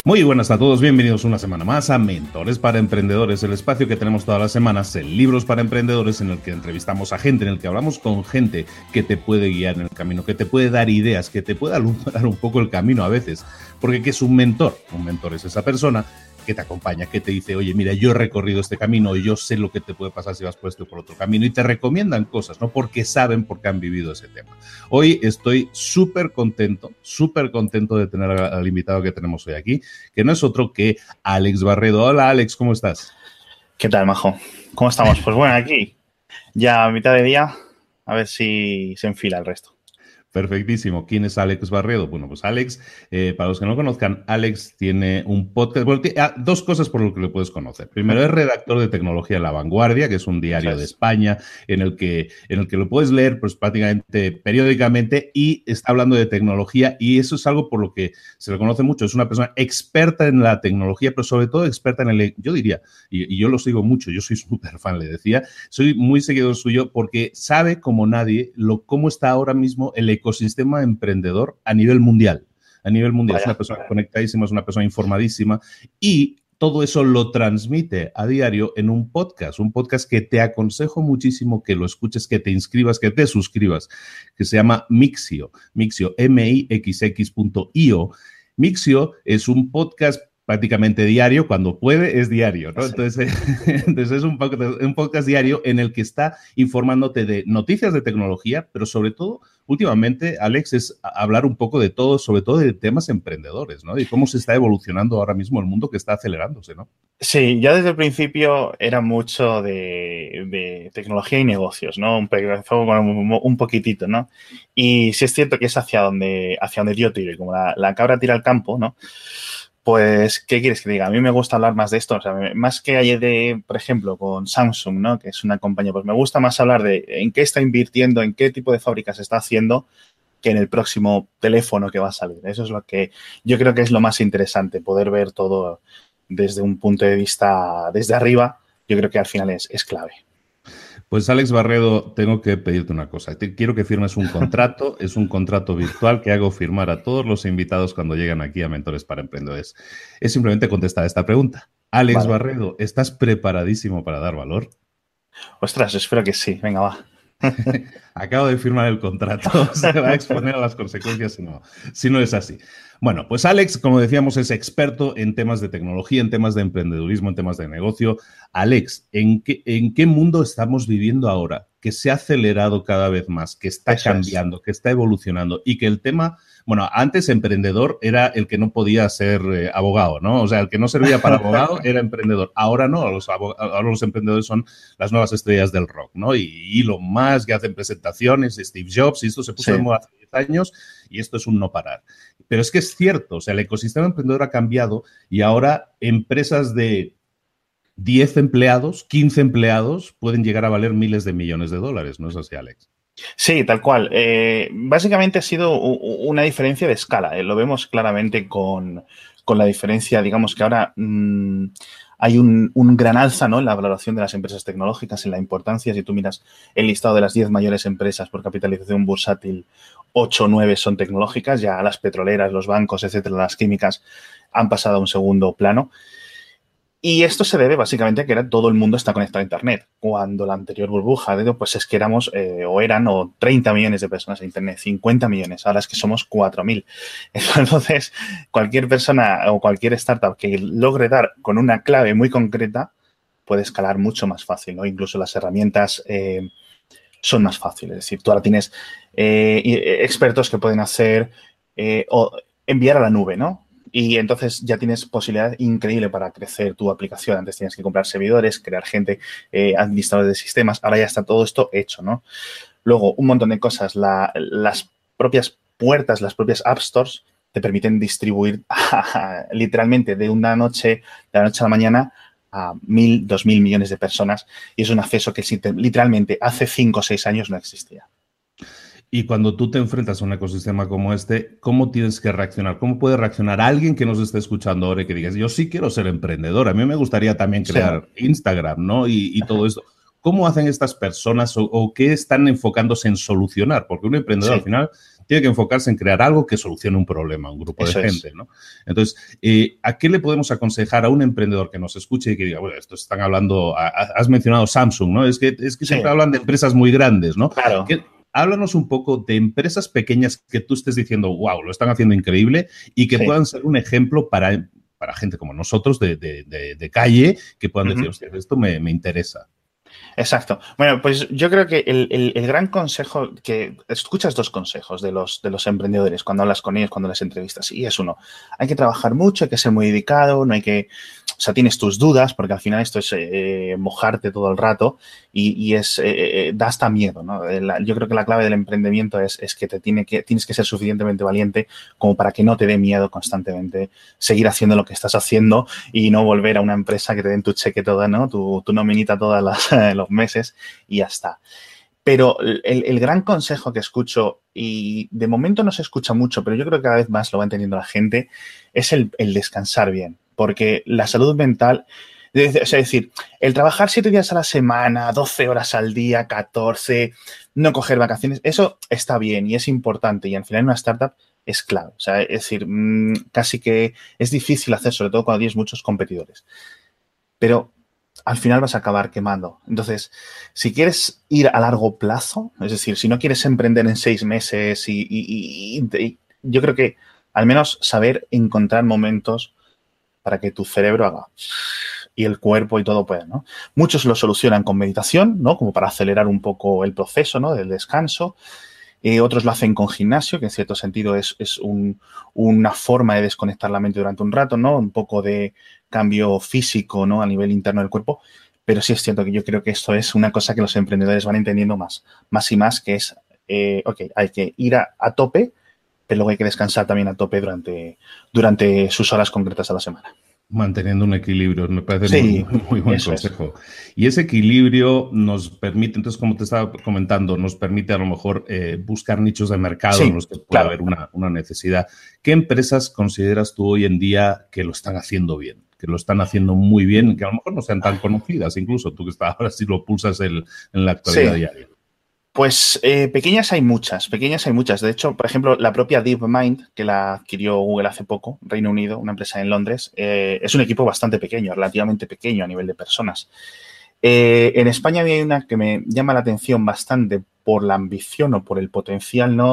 Muy buenas a todos, bienvenidos una semana más a Mentores para Emprendedores, el espacio que tenemos todas las semanas en Libros para Emprendedores, en el que entrevistamos a gente, en el que hablamos con gente que te puede guiar en el camino, que te puede dar ideas, que te puede alumbrar un poco el camino a veces. Porque ¿qué es un mentor? Un mentor es esa persona que te acompaña, que te dice, oye, mira, yo he recorrido este camino y yo sé lo que te puede pasar si vas por este o por otro camino, y te recomiendan cosas, ¿no? Porque saben, porque han vivido ese tema. Hoy estoy súper contento de tener al invitado que tenemos hoy aquí, que no es otro que Alex Barredo. Hola, Alex, ¿cómo estás? ¿Qué tal, majo? ¿Cómo estamos? Pues bueno, aquí ya a mitad de día, a ver si se enfila el resto. Perfectísimo. ¿Quién es Alex Barredo? Bueno, pues Alex, para los que no lo conozcan, Alex tiene un podcast. Bueno, dos cosas por lo que le puedes conocer. Primero, es redactor de Tecnología en La Vanguardia, que es un diario de España en el que lo puedes leer pues prácticamente periódicamente, y está hablando de tecnología, y eso es algo por lo que se le conoce mucho. Es una persona experta en la tecnología, pero sobre todo experta en yo diría, y yo lo sigo mucho, yo soy súper fan, le decía, soy muy seguidor suyo porque sabe como nadie cómo está ahora mismo el ecosistema emprendedor a nivel mundial. A nivel mundial. Vaya, es una persona conectadísima, es una persona informadísima, y todo eso lo transmite a diario en un podcast que te aconsejo muchísimo que lo escuches, que te inscribas, que te suscribas, que se llama Mixio, mixio.io. Mixio es un podcast prácticamente diario, cuando puede es diario, ¿no? Sí. Entonces es un podcast diario en el que está informándote de noticias de tecnología, pero sobre todo, últimamente, Alex, es hablar un poco de todo, sobre todo de temas emprendedores, ¿no? Y cómo se está evolucionando ahora mismo el mundo, que está acelerándose, ¿no? Sí, ya desde el principio era mucho de tecnología y negocios, ¿no? Un poquitito, ¿no? Y sí es cierto que es hacia donde yo tiro, y como la cabra tira al campo, ¿no? Pues, ¿qué quieres que diga? A mí me gusta hablar más de esto, o sea, más que ayer por ejemplo, con Samsung, ¿no? Que es una compañía, pues me gusta más hablar de en qué está invirtiendo, en qué tipo de fábricas está haciendo, que en el próximo teléfono que va a salir. Eso es lo que yo creo que es lo más interesante, poder ver todo desde un punto de vista, desde arriba. Yo creo que al final es clave. Pues Alex Barredo, tengo que pedirte una cosa. Quiero que firmes un contrato. Es un contrato virtual que hago firmar a todos los invitados cuando llegan aquí a Mentores para Emprendedores. Es simplemente contestar esta pregunta. Alex Barredo, ¿estás preparadísimo para dar valor? Ostras, espero que sí. Venga, va. Acabo de firmar el contrato. Se va a exponer a las consecuencias si no es así. Bueno, pues Alex, como decíamos, es experto en temas de tecnología, en temas de emprendedurismo, en temas de negocio. Alex, ¿en qué mundo estamos viviendo ahora? Que se ha acelerado cada vez más, que está cambiando, que está evolucionando, y que el tema, bueno, antes emprendedor era el que no podía ser abogado, ¿no? O sea, el que no servía para abogado era emprendedor. Ahora no, ahora los emprendedores son las nuevas estrellas del rock, ¿no? Y Elon Musk, que hacen presentaciones, Steve Jobs, y esto se puso de moda hace 10 años, y esto es un no parar. Pero es que es cierto, o sea, el ecosistema emprendedor ha cambiado, y ahora empresas de 10 empleados, 15 empleados pueden llegar a valer miles de millones de dólares, ¿no es así, Alex? Sí, tal cual. Básicamente ha sido una diferencia de escala. Lo vemos claramente con la diferencia, digamos que ahora hay un gran alza, ¿no?, en la valoración de las empresas tecnológicas, en la importancia. Si tú miras el listado de las 10 mayores empresas por capitalización bursátil, 8 o 9 son tecnológicas. Ya las petroleras, los bancos, etcétera, las químicas han pasado a un segundo plano. Y esto se debe básicamente a que todo el mundo está conectado a Internet. Cuando la anterior burbuja, pues es que éramos, eran 30 millones de personas en Internet, 50 millones, ahora es que somos 4.000. Entonces, cualquier persona o cualquier startup que logre dar con una clave muy concreta puede escalar mucho más fácil, ¿no? Incluso las herramientas son más fáciles. Es decir, tú ahora tienes expertos que pueden hacer o enviar a la nube, ¿no? Y entonces ya tienes posibilidad increíble para crecer tu aplicación. Antes tenías que comprar servidores, crear gente, administradores de sistemas. Ahora ya está todo esto hecho, ¿no? Luego, un montón de cosas. Las propias puertas, las propias App Stores te permiten distribuir literalmente de la noche a la mañana a 1.000, 2.000 millones de personas. Y es un acceso que literalmente hace 5 o 6 años no existía. Y cuando tú te enfrentas a un ecosistema como este, ¿cómo tienes que reaccionar? ¿Cómo puede reaccionar alguien que nos esté escuchando ahora y que digas, yo sí quiero ser emprendedor, a mí me gustaría también crear Instagram, ¿no? Y todo esto. ¿Cómo hacen estas personas o qué están enfocándose en solucionar? Porque un emprendedor al final tiene que enfocarse en crear algo que solucione un problema, un grupo de gente, ¿no? Entonces, ¿a qué le podemos aconsejar a un emprendedor que nos escuche y que diga, bueno, esto están hablando, has mencionado Samsung, ¿no? Es que siempre hablan de empresas muy grandes, ¿no? Claro. Háblanos un poco de empresas pequeñas que tú estés diciendo, wow, lo están haciendo increíble y que puedan ser un ejemplo para gente como nosotros de calle que puedan decir, hostia, esto me interesa. Exacto. Bueno, pues yo creo que el gran consejo, que escuchas dos consejos de los emprendedores cuando hablas con ellos, cuando les entrevistas, y es uno, hay que trabajar mucho, hay que ser muy dedicado, no hay que, o sea, tienes tus dudas, porque al final esto es mojarte todo el rato y da hasta miedo, ¿no? Yo creo que la clave del emprendimiento es que tienes que ser suficientemente valiente como para que no te dé miedo constantemente seguir haciendo lo que estás haciendo y no volver a una empresa que te den tu cheque toda, ¿no? Tu nominita todas los meses y ya está. Pero el gran consejo que escucho, y de momento no se escucha mucho, pero yo creo que cada vez más lo va entendiendo la gente, es el descansar bien. Porque la salud mental, es decir, el trabajar 7 días a la semana, 12 horas al día, 14, no coger vacaciones, eso está bien y es importante. Y al final en una startup es clave. O sea, es decir, casi que es difícil hacer, sobre todo cuando tienes muchos competidores. Pero al final vas a acabar quemando. Entonces, si quieres ir a largo plazo, es decir, si no quieres emprender en 6 meses y yo creo que al menos saber encontrar momentos para que tu cerebro haga y el cuerpo y todo pueda, ¿no? Muchos lo solucionan con meditación, ¿no? Como para acelerar un poco el proceso, ¿no? Del descanso. Otros lo hacen con gimnasio, que en cierto sentido es una forma de desconectar la mente durante un rato, ¿no? Un poco de cambio físico, ¿no? A nivel interno del cuerpo. Pero sí es cierto que yo creo que esto es una cosa que los emprendedores van entendiendo más y más, que es, hay que ir a tope, pero luego hay que descansar también a tope durante sus horas concretas a la semana. Manteniendo un equilibrio, me parece muy buen consejo. Y ese equilibrio nos permite, entonces, como te estaba comentando, nos permite a lo mejor buscar nichos de mercado en los que pueda haber una necesidad. ¿Qué empresas consideras tú hoy en día que lo están haciendo bien? Que lo están haciendo muy bien, que a lo mejor no sean tan conocidas, incluso tú que estás ahora sí lo pulsas en la actualidad diaria. Pues pequeñas hay muchas. De hecho, por ejemplo, la propia DeepMind, que la adquirió Google hace poco, Reino Unido, una empresa en Londres, es un equipo bastante pequeño, relativamente pequeño a nivel de personas. En España hay una que me llama la atención bastante por la ambición o por el potencial, ¿no?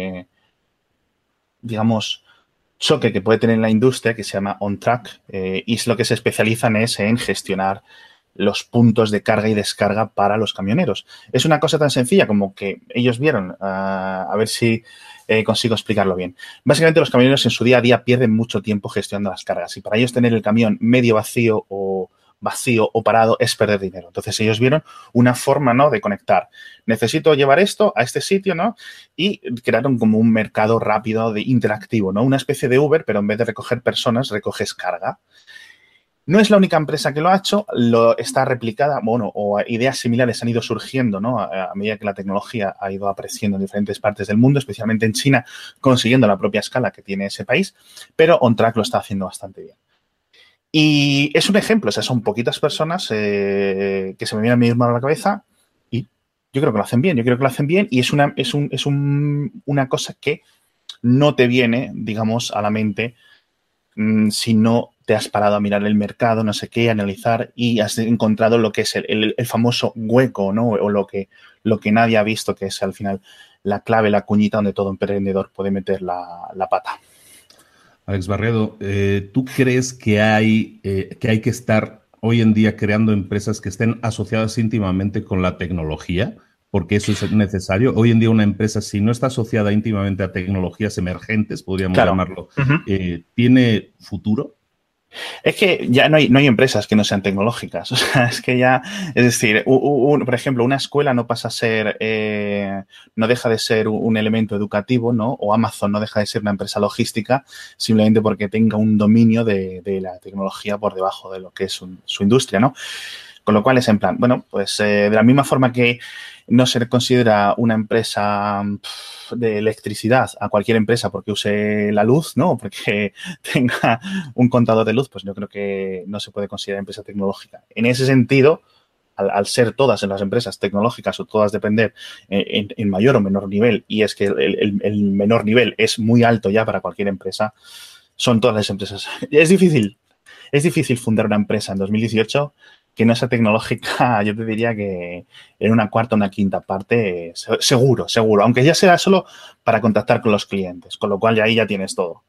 Digamos, choque que puede tener la industria, que se llama OnTrack, y es lo que se especializan es en gestionar los puntos de carga y descarga para los camioneros. Es una cosa tan sencilla como que ellos vieron, a ver si consigo explicarlo bien. Básicamente los camioneros en su día a día pierden mucho tiempo gestionando las cargas y para ellos tener el camión medio vacío o parado es perder dinero. Entonces ellos vieron una forma, ¿no?, de conectar. Necesito llevar esto a este sitio, ¿no? Y crearon como un mercado rápido interactivo, ¿no? Una especie de Uber, pero en vez de recoger personas, recoges carga. No es la única empresa que lo ha hecho, está replicada, o ideas similares han ido surgiendo, ¿no? A medida que la tecnología ha ido apareciendo en diferentes partes del mundo, especialmente en China, consiguiendo la propia escala que tiene ese país, pero OnTrack lo está haciendo bastante bien. Y es un ejemplo, o sea, son poquitas personas que se me vienen a mí mismo a la cabeza y yo creo que lo hacen bien, y es una cosa que no te viene, digamos, a la mente si no te has parado a mirar el mercado, no sé qué, analizar y has encontrado lo que es el famoso hueco, ¿no? O lo que nadie ha visto, que es al final la clave, la cuñita donde todo emprendedor puede meter la pata. Alex Barredo, ¿tú crees que hay que estar hoy en día creando empresas que estén asociadas íntimamente con la tecnología? Porque eso es necesario. Hoy en día una empresa, si no está asociada íntimamente a tecnologías emergentes, podríamos llamarlo, ¿tiene futuro? Es que ya no hay empresas que no sean tecnológicas. O sea, es que ya, es decir, por ejemplo, una escuela no pasa a ser, no deja de ser un elemento educativo, ¿no? O Amazon no deja de ser una empresa logística simplemente porque tenga un dominio de la tecnología por debajo de lo que es su industria, ¿no? Con lo cual es en plan, bueno, pues de la misma forma que no se considera una empresa de electricidad a cualquier empresa porque use la luz, ¿no? Porque tenga un contador de luz, pues yo creo que no se puede considerar empresa tecnológica. En ese sentido, al ser todas en las empresas tecnológicas o todas depender en mayor o menor nivel, y es que el menor nivel es muy alto ya para cualquier empresa, son todas las empresas. Es difícil fundar una empresa en 2018 que no sea tecnológica. Yo te diría que en una cuarta o una quinta parte, seguro, aunque ya sea solo para contactar con los clientes, con lo cual ya ahí ya tienes todo.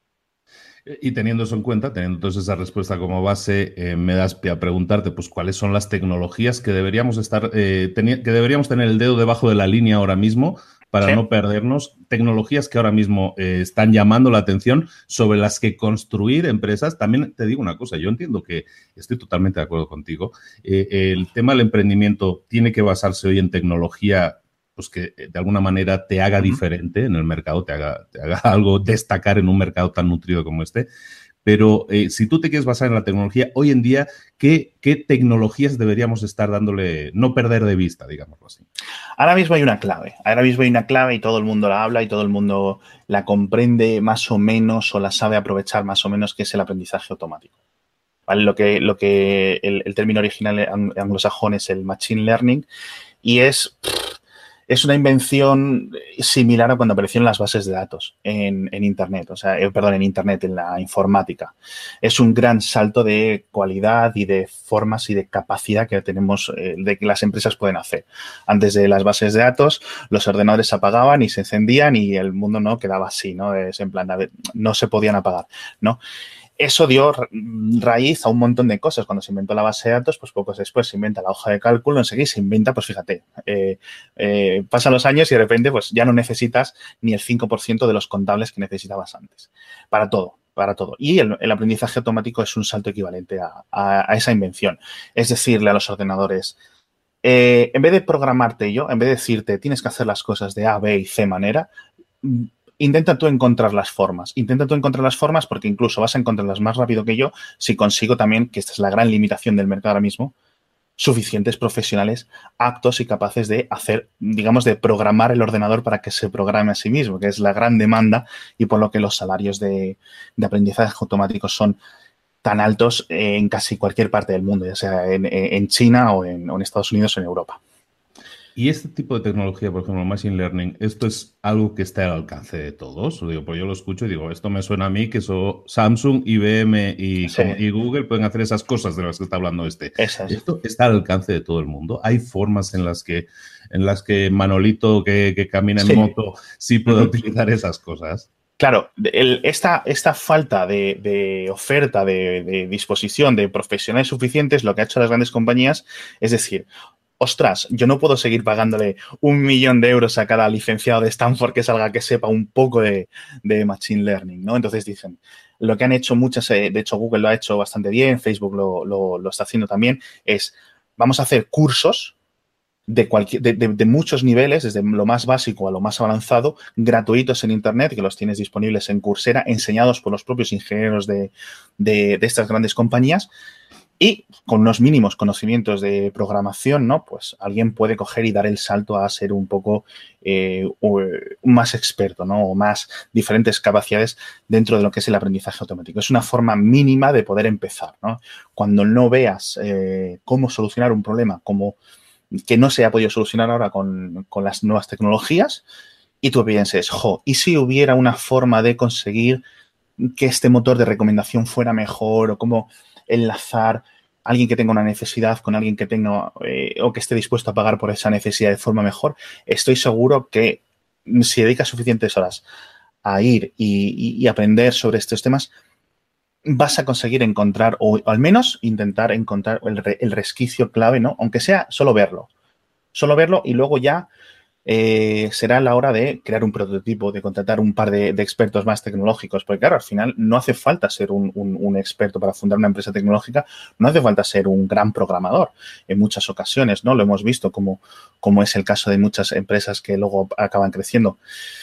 Y teniendo eso en cuenta, teniendo entonces esa respuesta como base, me das pie a preguntarte, pues, cuáles son las tecnologías que deberíamos que deberíamos tener el dedo debajo de la línea ahora mismo para ¿Sí? no perdernos, tecnologías que ahora mismo están llamando la atención, sobre las que construir empresas. También te digo una cosa, yo entiendo que estoy totalmente de acuerdo contigo. El tema del emprendimiento tiene que basarse hoy en tecnología, pues que de alguna manera te haga diferente en el mercado, te haga algo destacar en un mercado tan nutrido como este. Pero si tú te quieres basar en la tecnología, hoy en día, ¿qué tecnologías deberíamos estar dándole, no perder de vista, digámoslo así? Ahora mismo hay una clave. Y todo el mundo la habla y todo el mundo la comprende más o menos o la sabe aprovechar más o menos, que es el aprendizaje automático. ¿Vale? Lo que el término original anglosajón es el machine learning, y es una invención similar a cuando aparecieron las bases de datos en Internet, en Internet, en la informática. Es un gran salto de cualidad y de formas y de capacidad que tenemos, de que las empresas pueden hacer. Antes de las bases de datos, los ordenadores se apagaban y se encendían y el mundo no quedaba así, ¿no? Es en plan, no se podían apagar, ¿no? Eso dio raíz a un montón de cosas. Cuando se inventó la base de datos, pues pocos después se inventa la hoja de cálculo, no sé qué, y se inventa, pues fíjate, pasan los años y de repente pues ya no necesitas ni el 5% de los contables que necesitabas antes. Para todo. Y el aprendizaje automático es un salto equivalente a esa invención. Es decirle a los ordenadores, en vez de programarte yo, en vez de decirte tienes que hacer las cosas de A, B y C manera, intenta tú encontrar las formas. Porque incluso vas a encontrarlas más rápido que yo si consigo también, que esta es la gran limitación del mercado ahora mismo, suficientes profesionales aptos y capaces de hacer, digamos, de programar el ordenador para que se programe a sí mismo, que es la gran demanda y por lo que los salarios de aprendizaje automático son tan altos en casi cualquier parte del mundo, ya sea en China o en Estados Unidos o en Europa. Y este tipo de tecnología, por ejemplo, Machine Learning, ¿esto es algo que está al alcance de todos? Digo, pues yo lo escucho y digo, esto me suena a mí que Samsung, IBM y Google pueden hacer esas cosas de las que está hablando este. ¿Esto está al alcance de todo el mundo? ¿Hay formas en las que Manolito, que camina en moto, sí puede utilizar esas cosas? Claro, esta falta de oferta, de disposición de profesionales suficientes, lo que ha hecho las grandes compañías es decir, ostras, yo no puedo seguir pagándole 1 millón de euros a cada licenciado de Stanford que salga, que sepa un poco de Machine Learning, ¿no? Entonces dicen, lo que han hecho muchas, de hecho Google lo ha hecho bastante bien, Facebook lo está haciendo también, es vamos a hacer cursos de muchos niveles, desde lo más básico a lo más avanzado, gratuitos en Internet, que los tienes disponibles en Coursera, enseñados por los propios ingenieros de estas grandes compañías. Y con unos mínimos conocimientos de programación, ¿no? Pues alguien puede coger y dar el salto a ser un poco más experto, ¿no? O más diferentes capacidades dentro de lo que es el aprendizaje automático. Es una forma mínima de poder empezar, ¿no? Cuando no veas cómo solucionar un problema como que no se ha podido solucionar ahora con las nuevas tecnologías, y tú pienses, ¿y si hubiera una forma de conseguir que este motor de recomendación fuera mejor, o cómo enlazar a alguien que tenga una necesidad con alguien que tenga o que esté dispuesto a pagar por esa necesidad de forma mejor? Estoy seguro que si dedicas suficientes horas a ir y aprender sobre estos temas, vas a conseguir encontrar, o al menos intentar encontrar el resquicio clave, ¿no? Aunque sea solo verlo y luego ya será la hora de crear un prototipo, de contratar un par de expertos más tecnológicos, porque claro, al final no hace falta ser un experto para fundar una empresa tecnológica, no hace falta ser un gran programador en muchas ocasiones, ¿no? Lo hemos visto como es el caso de muchas empresas que luego acaban creciendo.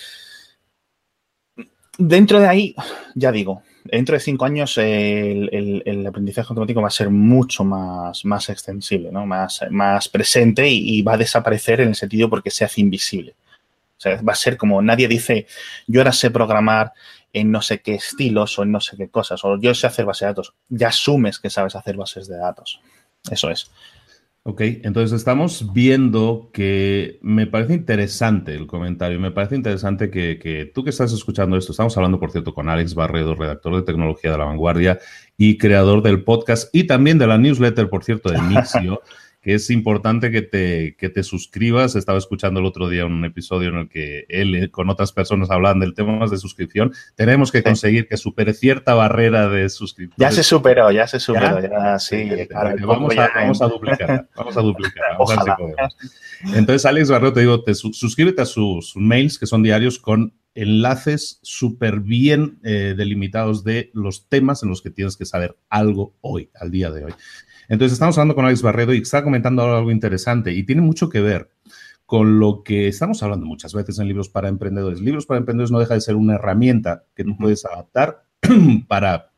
Dentro de ahí, ya digo, dentro de 5 años el aprendizaje automático va a ser mucho más extensible, ¿no? Más presente y va a desaparecer en el sentido porque se hace invisible. O sea, va a ser como nadie dice, yo ahora sé programar en no sé qué estilos o en no sé qué cosas, o yo sé hacer bases de datos. Ya asumes que sabes hacer bases de datos. Eso es. Ok, entonces estamos viendo que me parece interesante el comentario, me parece interesante que tú que estás escuchando esto, estamos hablando, por cierto, con Alex Barredo, redactor de tecnología de La Vanguardia y creador del podcast y también de la newsletter, por cierto, de Mixio, que es importante que te suscribas. Estaba escuchando el otro día un episodio en el que él con otras personas hablaban del tema de suscripción. Tenemos que conseguir que supere cierta barrera de suscriptores. Ya se superó, ya sí, claro, Vamos a duplicarla, vamos a ver si Ojalá. podemos. Entonces, Alex Barredo, te digo, suscríbete a sus mails, que son diarios, con enlaces súper bien delimitados de los temas en los que tienes que saber algo hoy, al día de hoy. Entonces, estamos hablando con Alex Barredo y está comentando algo interesante y tiene mucho que ver con lo que estamos hablando muchas veces en Libros para Emprendedores. Libros para Emprendedores no deja de ser una herramienta que tú puedes adaptar para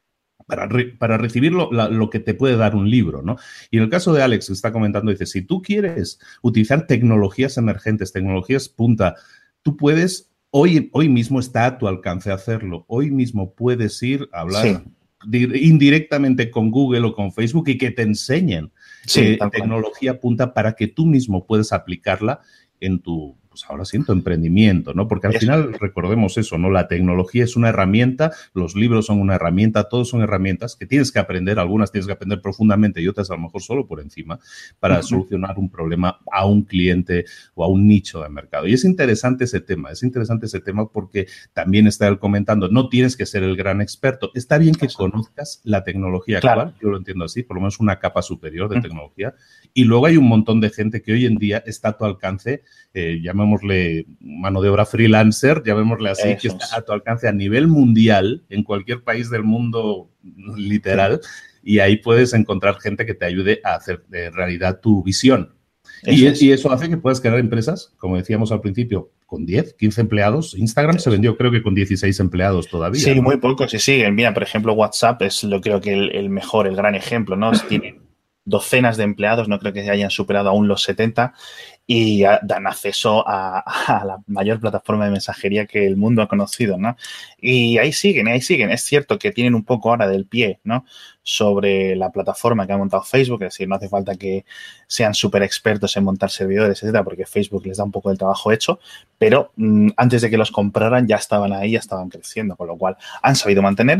recibir lo que te puede dar un libro, ¿no? Y en el caso de Alex, que está comentando, dice, si tú quieres utilizar tecnologías emergentes, tecnologías punta, tú puedes, hoy mismo está a tu alcance hacerlo. Hoy mismo puedes ir a hablar indirectamente con Google o con Facebook y que te enseñen tecnología punta para que tú mismo puedas aplicarla en tu, pues ahora sí, en tu emprendimiento, ¿no? Porque al final recordemos eso, ¿no? La tecnología es una herramienta, los libros son una herramienta, todos son herramientas que tienes que aprender, algunas tienes que aprender profundamente y otras a lo mejor solo por encima para solucionar un problema a un cliente o a un nicho de mercado. Y es interesante ese tema porque también está él comentando, no tienes que ser el gran experto, está bien que conozcas la tecnología actual, yo lo entiendo así, por lo menos una capa superior de tecnología, y luego hay un montón de gente que hoy en día está a tu alcance, llamémosle mano de obra freelancer, llamémosle así, que está a tu alcance a nivel mundial, en cualquier país del mundo literal, y ahí puedes encontrar gente que te ayude a hacer de realidad tu visión. Y eso hace que puedas crear empresas, como decíamos al principio, con 10, 15 empleados. Instagram se vendió creo que con 16 empleados todavía. Sí, ¿no? Muy pocos y siguen. Mira, por ejemplo, WhatsApp es creo que el mejor, el gran ejemplo, ¿no? Tiene docenas de empleados, no creo que hayan superado aún los 70 y dan acceso a la mayor plataforma de mensajería que el mundo ha conocido, ¿no? Y ahí siguen. Es cierto que tienen un poco ahora del pie, ¿no? Sobre la plataforma que ha montado Facebook, es decir, no hace falta que sean súper expertos en montar servidores, etcétera, porque Facebook les da un poco el trabajo hecho, pero antes de que los compraran ya estaban ahí, ya estaban creciendo, con lo cual han sabido mantener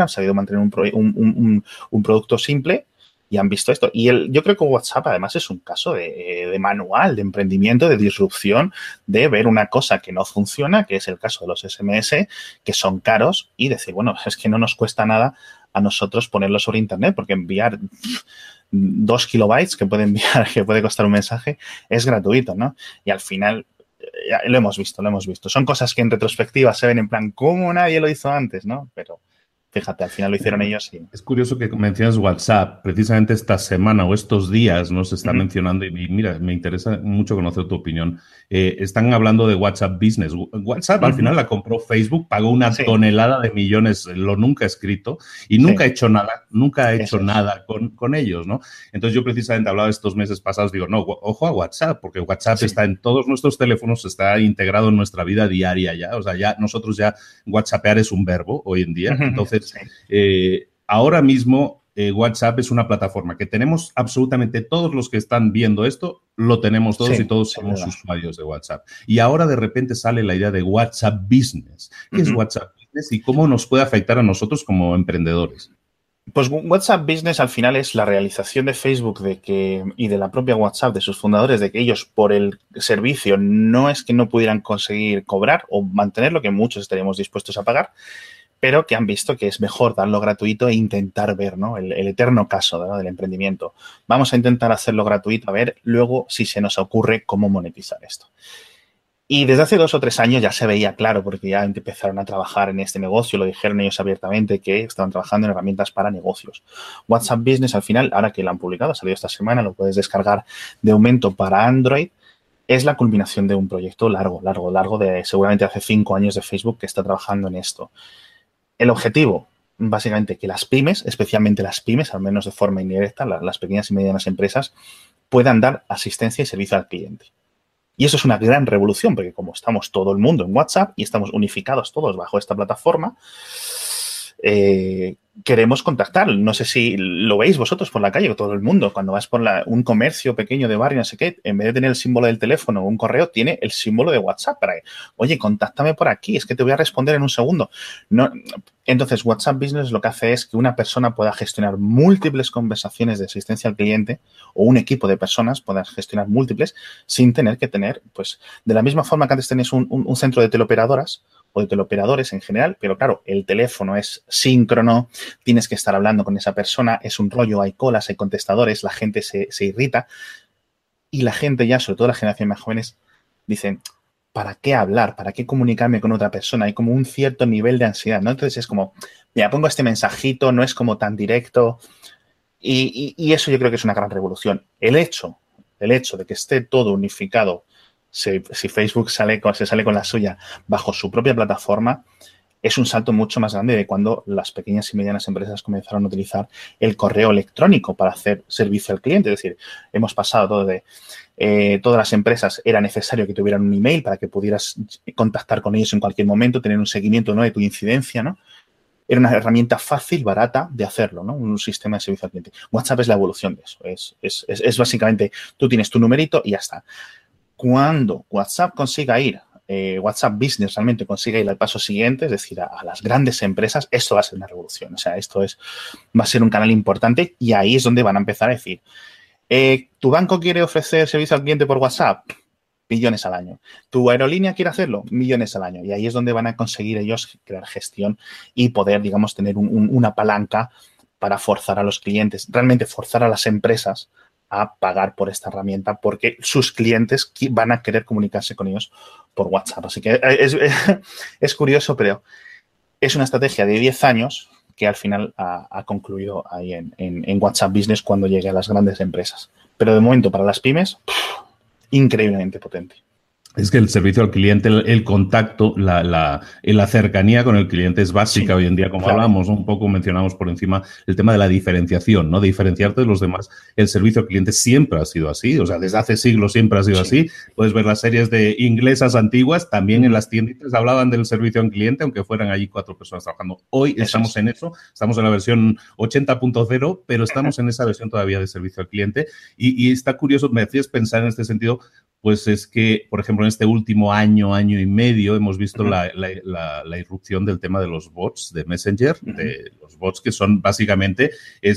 un producto simple y han visto esto. Y yo creo que WhatsApp además es un caso de manual, de emprendimiento, de disrupción, de ver una cosa que no funciona, que es el caso de los SMS, que son caros, y decir, bueno, es que no nos cuesta nada a nosotros ponerlo sobre Internet, porque enviar 2 kilobytes que puede costar un mensaje es gratuito, ¿no? Y al final lo hemos visto. Son cosas que en retrospectiva se ven en plan, ¿cómo nadie lo hizo antes, no? Pero fíjate, al final lo hicieron ellos y... Es curioso que mencionas WhatsApp. Precisamente esta semana o estos días nos están mencionando y mira, me interesa mucho conocer tu opinión. Están hablando de WhatsApp Business. WhatsApp al final la compró Facebook, pagó una tonelada de millones, lo nunca ha escrito y nunca ha hecho nada con ellos, ¿no? Entonces yo precisamente hablaba estos meses pasados, digo, no, ojo a WhatsApp, porque WhatsApp está en todos nuestros teléfonos, está integrado en nuestra vida diaria ya. O sea, ya nosotros WhatsAppear es un verbo hoy en día. Entonces, ahora mismo WhatsApp es una plataforma que tenemos absolutamente todos los que están viendo esto, lo tenemos todos y todos somos usuarios de WhatsApp. Y ahora de repente sale la idea de WhatsApp Business. ¿Qué es WhatsApp Business y cómo nos puede afectar a nosotros como emprendedores? Pues WhatsApp Business al final es la realización de Facebook y de la propia WhatsApp, de sus fundadores, de que ellos por el servicio no es que no pudieran conseguir cobrar o mantener lo que muchos estaríamos dispuestos a pagar, pero que han visto que es mejor darlo gratuito e intentar ver, ¿no? El eterno caso, ¿no? Del emprendimiento. Vamos a intentar hacerlo gratuito, a ver luego si se nos ocurre cómo monetizar esto. Y desde hace 2 o 3 años ya se veía claro, porque ya empezaron a trabajar en este negocio, lo dijeron ellos abiertamente, que estaban trabajando en herramientas para negocios. WhatsApp Business, al final, ahora que lo han publicado, ha salido esta semana, lo puedes descargar de momento para Android, es la culminación de un proyecto largo, de seguramente hace 5 años de Facebook que está trabajando en esto. El objetivo, básicamente, que las pymes, especialmente las pymes, al menos de forma indirecta, las pequeñas y medianas empresas, puedan dar asistencia y servicio al cliente. Y eso es una gran revolución, porque como estamos todo el mundo en WhatsApp y estamos unificados todos bajo esta plataforma, queremos contactar. No sé si lo veis vosotros por la calle, todo el mundo. Cuando vas por un comercio pequeño de barrio, no sé qué, en vez de tener el símbolo del teléfono o un correo, tiene el símbolo de WhatsApp para que, oye, contáctame por aquí, es que te voy a responder en un segundo. No, entonces, WhatsApp Business lo que hace es que una persona pueda gestionar múltiples conversaciones de asistencia al cliente o un equipo de personas pueda gestionar múltiples sin tener que tener, pues, de la misma forma que antes tenías un centro de teleoperadoras o de teleoperadores en general, pero claro, el teléfono es síncrono, tienes que estar hablando con esa persona, es un rollo, hay colas, hay contestadores, la gente se irrita y la gente ya, sobre todo las generaciones más jóvenes, dicen, ¿para qué hablar? ¿Para qué comunicarme con otra persona? Hay como un cierto nivel de ansiedad, ¿no? Entonces es como, mira, pongo este mensajito, no es como tan directo y eso yo creo que es una gran revolución. El hecho de que esté todo unificado, si Facebook se sale con la suya bajo su propia plataforma, es un salto mucho más grande de cuando las pequeñas y medianas empresas comenzaron a utilizar el correo electrónico para hacer servicio al cliente. Es decir, hemos pasado todo de todas las empresas era necesario que tuvieran un email para que pudieras contactar con ellos en cualquier momento, tener un seguimiento, ¿no?, de tu incidencia, ¿no? Era una herramienta fácil, barata de hacerlo, ¿no? Un sistema de servicio al cliente. WhatsApp es la evolución de eso. Es básicamente, tú tienes tu numerito y ya está. Cuando WhatsApp consiga ir, WhatsApp Business realmente consiga ir al paso siguiente, es decir, a las grandes empresas, esto va a ser una revolución. O sea, va a ser un canal importante y ahí es donde van a empezar a decir, ¿tu banco quiere ofrecer servicio al cliente por WhatsApp? Millones al año. ¿Tu aerolínea quiere hacerlo? Millones al año. Y ahí es donde van a conseguir ellos crear gestión y poder, digamos, tener una palanca para forzar a los clientes, realmente forzar a las empresas a pagar por esta herramienta porque sus clientes van a querer comunicarse con ellos por WhatsApp. Así que es curioso, pero es una estrategia de 10 años que al final ha concluido ahí en WhatsApp Business cuando llegue a las grandes empresas. Pero de momento, para las pymes, increíblemente potente. Es que el servicio al cliente, el contacto, la cercanía con el cliente es básica hoy en día, como hablamos, un poco mencionamos por encima el tema de la diferenciación, ¿no? De diferenciarte de los demás. El servicio al cliente siempre ha sido así, o sea, desde hace siglos siempre ha sido así. Puedes ver las series de inglesas antiguas, también en las tienditas hablaban del servicio al cliente, aunque fueran allí 4 personas trabajando. Hoy estamos en eso, estamos en la versión 80.0, pero estamos en esa versión todavía de servicio al cliente. Y está curioso, me decías pensar en este sentido, pues es que, por ejemplo, en este último año y medio hemos visto la irrupción del tema de los bots de Messenger, de los bots que son básicamente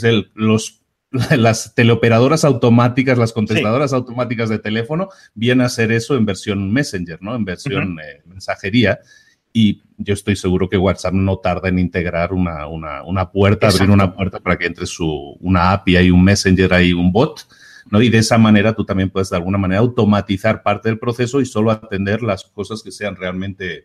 las teleoperadoras automáticas, las contestadoras automáticas de teléfono, vienen a ser eso en versión Messenger, ¿no? En versión mensajería. Y yo estoy seguro que WhatsApp no tarda en integrar una puerta, abrir una puerta para que entre una API, hay un Messenger, hay un bot, ¿no? Y de esa manera tú también puedes de alguna manera automatizar parte del proceso y solo atender las cosas que sean realmente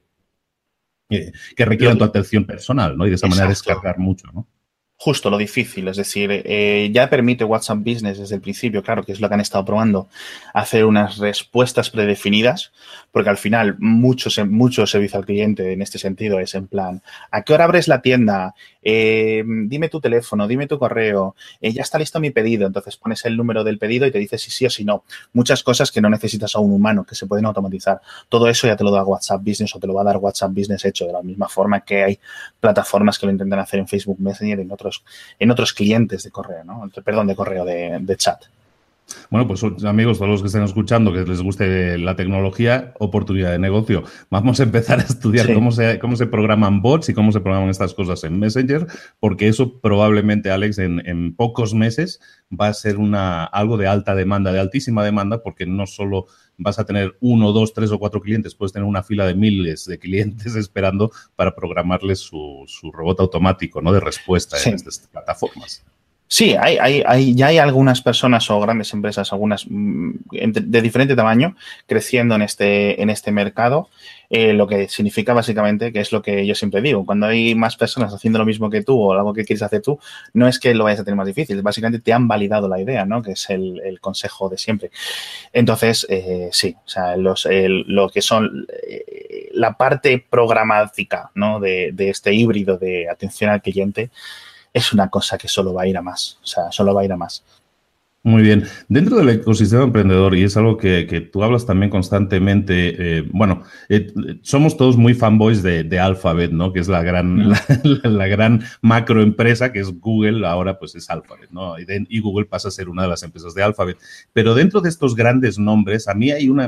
que requieran tu atención personal, ¿no? Y de esa manera descargar mucho, ¿no? Justo lo difícil, es decir, ya permite WhatsApp Business desde el principio, claro, que es lo que han estado probando, hacer unas respuestas predefinidas, porque al final mucho servicio al cliente en este sentido es en plan, ¿a qué hora abres la tienda? Dime tu teléfono, dime tu correo, ya está listo mi pedido, entonces pones el número del pedido y te dice si sí o si no. Muchas cosas que no necesitas a un humano, que se pueden automatizar. Todo eso ya te lo da WhatsApp Business o te lo va a dar WhatsApp Business hecho de la misma forma que hay plataformas que lo intentan hacer en Facebook Messenger y en otros clientes de correo, ¿no? Perdón, de correo, de chat. Bueno, pues amigos, todos los que estén escuchando, que les guste la tecnología, oportunidad de negocio. Vamos a empezar a estudiar cómo se programan bots y cómo se programan estas cosas en Messenger, porque eso probablemente, Alex, en pocos meses va a ser algo de alta demanda, de altísima demanda, porque no solo vas a tener 1, 2, 3 o 4 clientes, puedes tener una fila de miles de clientes esperando para programarles su robot automático, ¿no? De respuesta en estas plataformas. Sí, ya hay algunas personas o grandes empresas, algunas de diferente tamaño, creciendo en este mercado, lo que significa básicamente, que es lo que yo siempre digo, cuando hay más personas haciendo lo mismo que tú o algo que quieres hacer tú, no es que lo vayas a tener más difícil, básicamente te han validado la idea, ¿no? Que es el consejo de siempre. Entonces, sí, o sea, lo que son la parte programática, ¿no? de este híbrido de atención al cliente, es una cosa que solo va a ir a más. O sea, solo va a ir a más. Muy bien. Dentro del ecosistema emprendedor, y es algo que tú hablas también constantemente, somos todos muy fanboys de Alphabet, ¿no? Que es la gran, la gran macroempresa que es Google, ahora pues es Alphabet, ¿no? Y Google pasa a ser una de las empresas de Alphabet. Pero dentro de estos grandes nombres, a mí hay un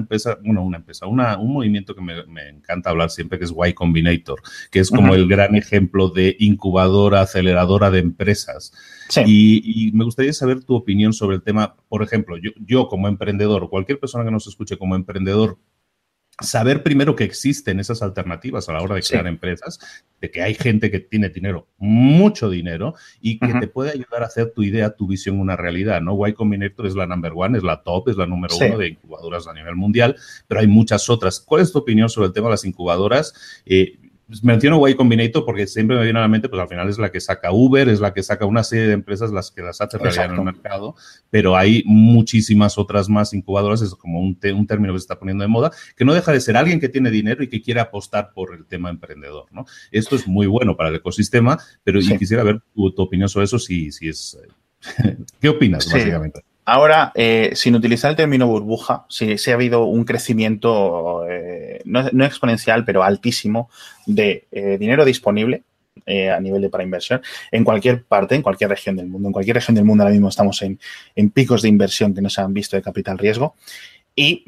movimiento que me encanta hablar siempre, que es Y Combinator, que es como el gran ejemplo de incubadora, aceleradora de empresas. Sí. Y me gustaría saber tu opinión sobre el tema. Por ejemplo, yo como emprendedor, cualquier persona que nos escuche como emprendedor, saber primero que existen esas alternativas a la hora de crear empresas, de que hay gente que tiene dinero, mucho dinero, y que te puede ayudar a hacer tu idea, tu visión una realidad, ¿no? Y Combinator es la number one, es la top, es la número uno de incubadoras a nivel mundial, pero hay muchas otras. ¿Cuál es tu opinión sobre el tema de las incubadoras? Menciono Y Combinator porque siempre me viene a la mente, pues al final es la que saca Uber, es la que saca una serie de empresas las que las hace realidad en el mercado, pero hay muchísimas otras más incubadoras, es como un término que se está poniendo de moda, que no deja de ser alguien que tiene dinero y que quiere apostar por el tema emprendedor, ¿no? Esto es muy bueno para el ecosistema, pero y quisiera ver tu opinión sobre eso, si es... ¿Qué opinas, básicamente? Ahora, sin utilizar el término burbuja, sí ha habido un crecimiento no exponencial, pero altísimo de dinero disponible a nivel para inversión en cualquier parte, en cualquier región del mundo. En cualquier región del mundo ahora mismo estamos en picos de inversión que no se han visto de capital riesgo y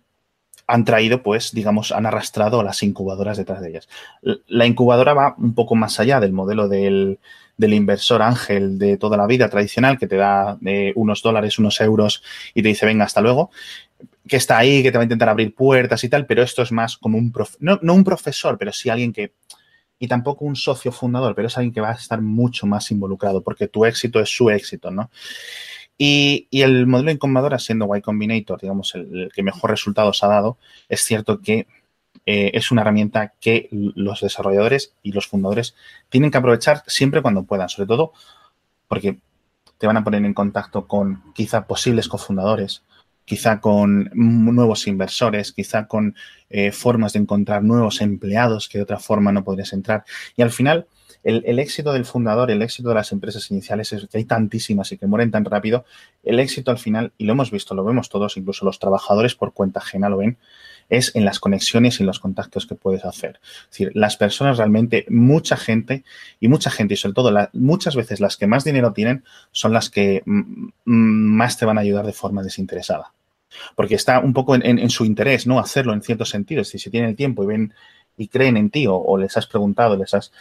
han traído, pues, digamos, han arrastrado a las incubadoras detrás de ellas. La incubadora va un poco más allá del modelo del inversor ángel de toda la vida tradicional que te da unos dólares, unos euros y te dice, venga, hasta luego, que está ahí, que te va a intentar abrir puertas y tal, pero esto es más como no un profesor, pero sí alguien que, y tampoco un socio fundador, pero es alguien que va a estar mucho más involucrado porque tu éxito es su éxito, ¿no? Y el modelo de incubadora, siendo Y Combinator, digamos, el que mejor resultados ha dado, es cierto que es una herramienta que los desarrolladores y los fundadores tienen que aprovechar siempre cuando puedan, sobre todo porque te van a poner en contacto con quizá posibles cofundadores, quizá con nuevos inversores, quizá con formas de encontrar nuevos empleados que de otra forma no podrías entrar. Y al final, el éxito del fundador, el éxito de las empresas iniciales, es que hay tantísimas y que mueren tan rápido. El éxito al final, y lo hemos visto, lo vemos todos, incluso los trabajadores por cuenta ajena lo ven, es en las conexiones y en los contactos que puedes hacer. Es decir, las personas realmente, mucha gente, y sobre todo muchas veces las que más dinero tienen son las que más te van a ayudar de forma desinteresada. Porque está un poco en su interés, ¿no? Hacerlo en ciertos sentidos. Si tienen el tiempo y ven y creen en ti o les has preguntado,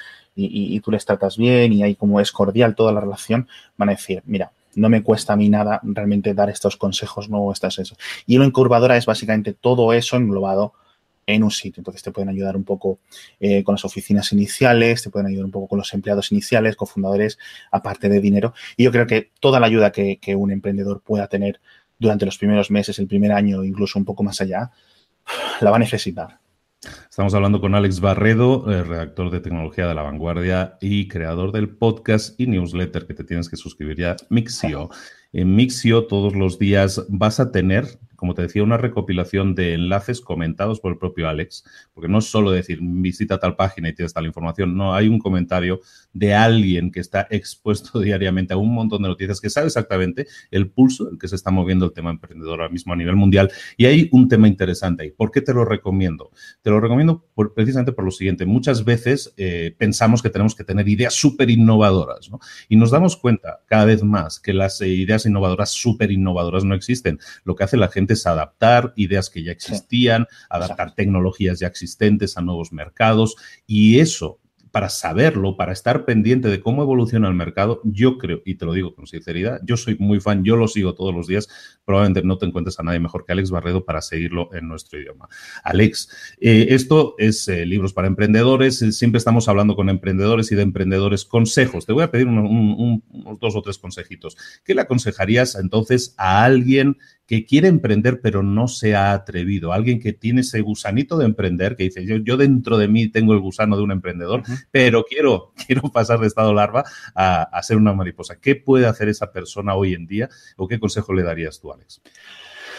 y tú les tratas bien y ahí como es cordial toda la relación, van a decir, mira, no me cuesta a mí nada realmente dar estos consejos, no eso. Y la incubadora es básicamente todo eso englobado en un sitio. Entonces te pueden ayudar un poco con las oficinas iniciales, te pueden ayudar un poco con los empleados iniciales, cofundadores, aparte de dinero. Y yo creo que toda la ayuda que un emprendedor pueda tener durante los primeros meses, el primer año, incluso un poco más allá, la va a necesitar. Estamos hablando con Alex Barredo, redactor de tecnología de La Vanguardia y creador del podcast y newsletter que te tienes que suscribir ya, Mixio. En Mixio todos los días vas a tener, como te decía, una recopilación de enlaces comentados por el propio Alex, porque no es solo decir visita tal página y tienes tal información, no, hay un comentario de alguien que está expuesto diariamente a un montón de noticias, que sabe exactamente el pulso en que se está moviendo el tema emprendedor ahora mismo a nivel mundial. Y hay un tema interesante ahí. ¿Por qué te lo recomiendo? Te lo recomiendo precisamente por lo siguiente. Muchas veces pensamos que tenemos que tener ideas súper innovadoras, ¿no? Y nos damos cuenta cada vez más que las ideas innovadoras, súper innovadoras, no existen. Lo que hace la gente es adaptar ideas que ya existían, adaptar tecnologías ya existentes a nuevos mercados, y eso, para saberlo, para estar pendiente de cómo evoluciona el mercado, yo creo, y te lo digo con sinceridad, yo soy muy fan, yo lo sigo todos los días, probablemente no te encuentres a nadie mejor que Alex Barredo para seguirlo en nuestro idioma. Alex, esto es Libros para Emprendedores, siempre estamos hablando con emprendedores y de emprendedores. Consejos, te voy a pedir unos 2 o 3 consejitos. ¿Qué le aconsejarías entonces a alguien que quiere emprender pero no se ha atrevido? Alguien que tiene ese gusanito de emprender, que dice, yo dentro de mí tengo el gusano de un emprendedor, pero quiero pasar de estado larva a ser una mariposa. ¿Qué puede hacer esa persona hoy en día o qué consejo le darías tú, Alex?